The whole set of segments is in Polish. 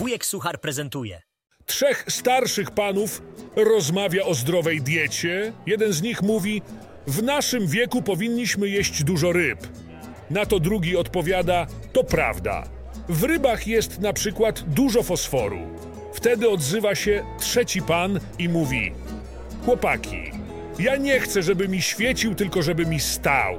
wujek Suchar prezentuje. 3 starszych panów rozmawia o zdrowej diecie. Jeden z nich mówi: w naszym wieku powinniśmy jeść dużo ryb. Na to drugi odpowiada: to prawda. W rybach jest na przykład dużo fosforu. Wtedy odzywa się trzeci pan i mówi: chłopaki, ja nie chcę, żeby mi świecił, tylko żeby mi stał.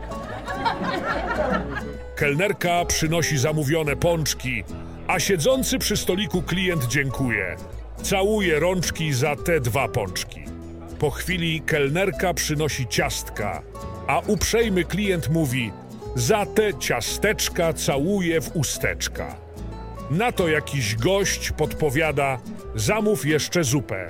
Kelnerka przynosi zamówione pączki, a siedzący przy stoliku klient dziękuje. Całuje rączki za te 2 pączki. Po chwili kelnerka przynosi ciastka, a uprzejmy klient mówi: za te ciasteczka całuję w usteczka. Na to jakiś gość podpowiada: zamów jeszcze zupę.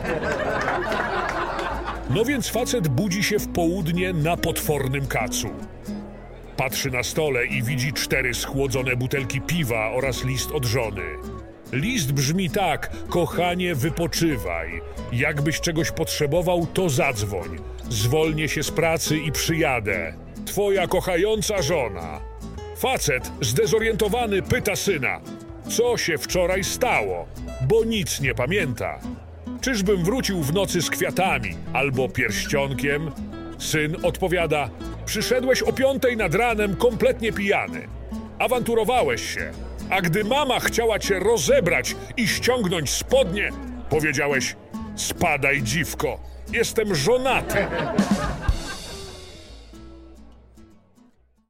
No więc facet budzi się w południe na potwornym kacu. Patrzy na stole i widzi 4 schłodzone butelki piwa oraz list od żony. List brzmi tak: kochanie, wypoczywaj. Jakbyś czegoś potrzebował, to zadzwoń. Zwolnię się z pracy i przyjadę. Twoja kochająca żona. Facet zdezorientowany pyta syna: co się wczoraj stało? Bo nic nie pamięta. Czyżbym wrócił w nocy z kwiatami albo pierścionkiem? Syn odpowiada: przyszedłeś o 5 nad ranem kompletnie pijany. Awanturowałeś się, a gdy mama chciała cię rozebrać i ściągnąć spodnie, powiedziałeś: spadaj, dziwko, jestem żonaty.